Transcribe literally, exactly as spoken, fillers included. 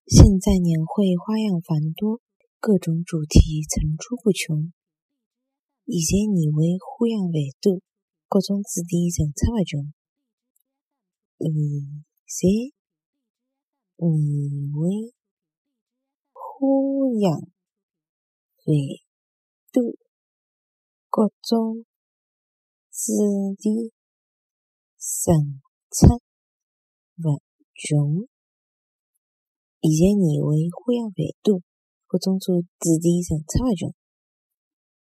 现在年会花样繁多，各种主题层出不穷。现在年会花样繁多，各种主题层出不穷。现在年会花样繁多，各种主题层出不穷。现在年会花样繁多，各种主主题层出不穷。